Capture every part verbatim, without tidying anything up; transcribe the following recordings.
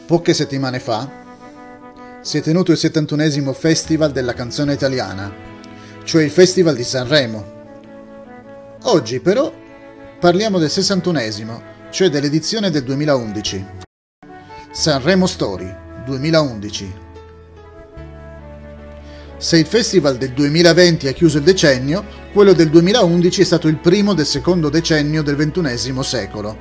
Poche settimane fa si è tenuto il settantunesimo Festival della canzone italiana, cioè il Festival di Sanremo. Oggi però parliamo del sessantunesimo, cioè dell'edizione del duemilaundici. Sanremo Story duemilaundici. Se il festival del duemilaventi ha chiuso il decennio, quello del duemilaundici è stato il primo del secondo decennio del ventunesimo secolo.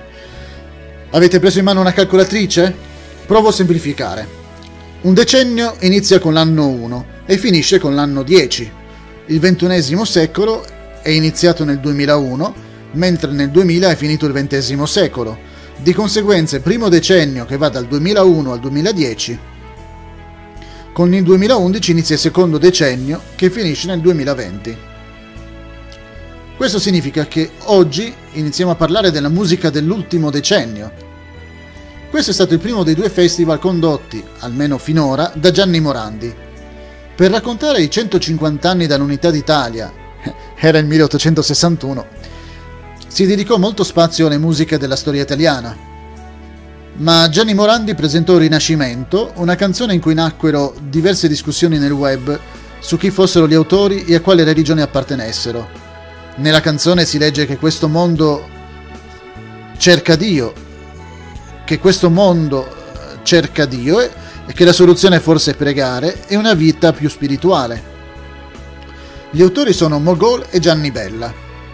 Avete preso in mano una calcolatrice? Provo a semplificare. Un decennio inizia con l'anno uno e finisce con l'anno dieci. Il ventunesimo secolo è iniziato nel duemilauno, mentre nel duemila è finito il ventesimo secolo. Di conseguenza il primo decennio, che va dal duemilauno al duemiladieci, con il duemilaundici inizia il secondo decennio, che finisce nel duemilaventi. Questo significa che oggi iniziamo a parlare della musica dell'ultimo decennio. Questo è stato il primo dei due festival condotti, almeno finora, da Gianni Morandi. Per raccontare i centocinquanta anni dall'Unità d'Italia, era il milleottocentosessantuno, si dedicò molto spazio alle musiche della storia italiana. Ma Gianni Morandi presentò Rinascimento, una canzone in cui nacquero diverse discussioni nel web su chi fossero gli autori e a quale religione appartenessero. Nella canzone si legge che questo mondo cerca Dio, che questo mondo cerca Dio e che la soluzione forse è pregare e una vita più spirituale. Gli autori sono Mogol e Gianni Bella.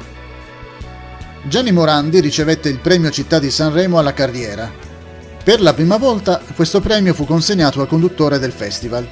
Gianni Morandi ricevette il premio Città di Sanremo alla carriera. Per la prima volta questo premio fu consegnato al conduttore del festival.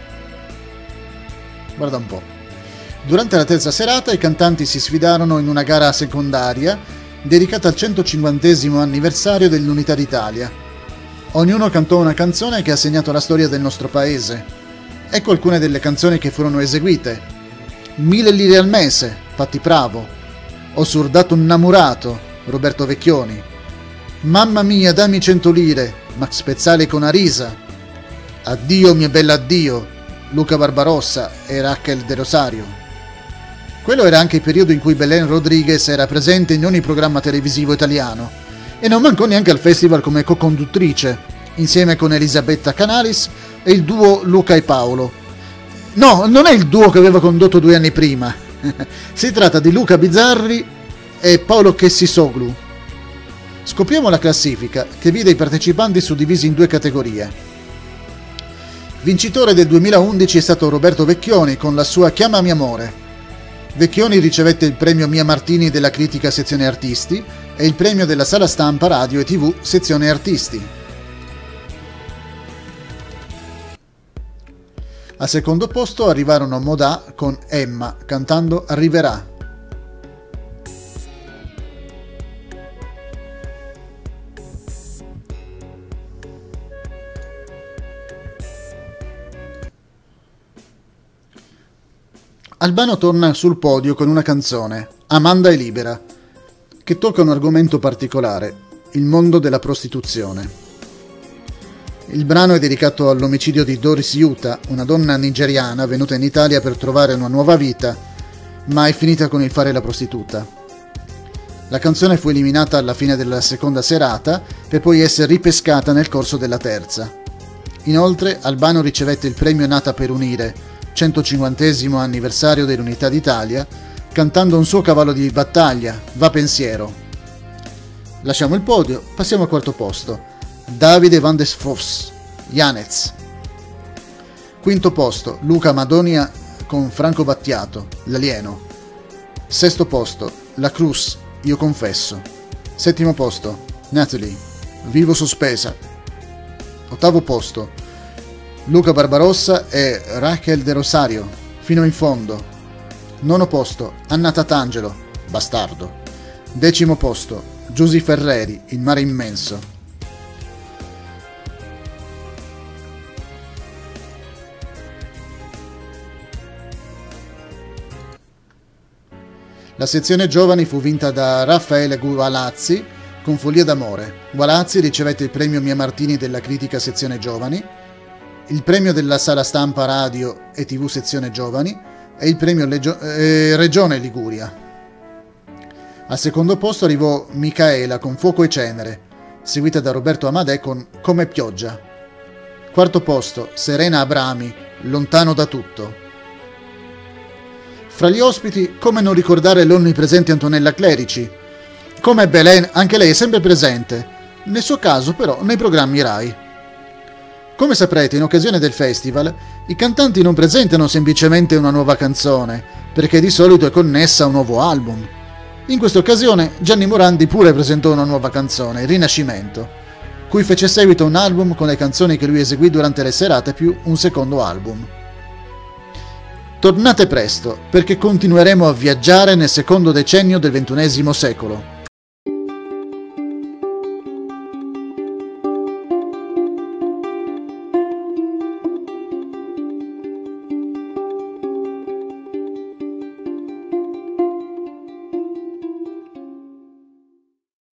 Guarda un po'. Durante la terza serata i cantanti si sfidarono in una gara secondaria dedicata al centocinquantesimo anniversario dell'Unità d'Italia. Ognuno cantò una canzone che ha segnato la storia del nostro paese. Ecco alcune delle canzoni che furono eseguite. Mille lire al mese, Patti Pravo. Ho surdato innamorato, Roberto Vecchioni. Mamma mia, dammi cento lire, Max Pezzali con Arisa. Addio mia bella addio, Luca Barbarossa e Rachel De Rosario. Quello era anche il periodo in cui Belen Rodriguez era presente in ogni programma televisivo italiano e non mancò neanche al festival come co-conduttrice, insieme con Elisabetta Canalis e il duo Luca e Paolo. No, non è il duo che aveva condotto due anni prima. Si tratta di Luca Bizzarri e Paolo Kessisoglu. Scopriamo la classifica, che vide i partecipanti suddivisi in due categorie. Vincitore del duemilaundici è stato Roberto Vecchioni con la sua Chiamami amore. Vecchioni ricevette il premio Mia Martini della critica sezione artisti e il premio della sala stampa radio e tv sezione artisti. Al secondo posto arrivarono Modà con Emma cantando Arriverà. Albano torna sul podio con una canzone, Amanda è libera, che tocca un argomento particolare, il mondo della prostituzione. Il brano è dedicato all'omicidio di Doris Yuta, una donna nigeriana venuta in Italia per trovare una nuova vita, ma è finita con il fare la prostituta. La canzone fu eliminata alla fine della seconda serata per poi essere ripescata nel corso della terza. Inoltre, Albano ricevette il premio Nata per Unire, centocinquantesimo anniversario dell'Unità d'Italia, cantando un suo cavallo di battaglia, Va pensiero. Lasciamo il podio, passiamo al quarto posto. Davide Van des Vos, Janez. Quinto posto, Luca Madonia con Franco Battiato, L'alieno. Sesto posto, La Cruz, Io confesso. Settimo posto, Natalie, Vivo sospesa. Ottavo posto, Luca Barbarossa e Rachel De Rosario, Fino in fondo. Nono posto, Anna Tatangelo, Bastardo. Decimo posto, Giusy Ferreri, Il mare immenso. La sezione giovani fu vinta da Raffaele Gualazzi con Follia d'amore. Gualazzi ricevette il premio Mia Martini della critica sezione giovani, il premio della sala stampa radio e tv sezione giovani e il premio Legio- eh, Regione Liguria. Al secondo posto arrivò Micaela con Fuoco e cenere, seguita da Roberto Amadè con Come pioggia. quarto posto Serena Abrami, Lontano da tutto. Fra gli ospiti, come non ricordare l'onnipresente Antonella Clerici. Come Belen, anche lei è sempre presente, nel suo caso però nei programmi Rai. Come saprete, in occasione del festival, i cantanti non presentano semplicemente una nuova canzone, perché di solito è connessa a un nuovo album. In questa occasione Gianni Morandi pure presentò una nuova canzone, Rinascimento, cui fece seguito un album con le canzoni che lui eseguì durante le serate più un secondo album. Tornate presto, perché continueremo a viaggiare nel secondo decennio del ventunesimo secolo.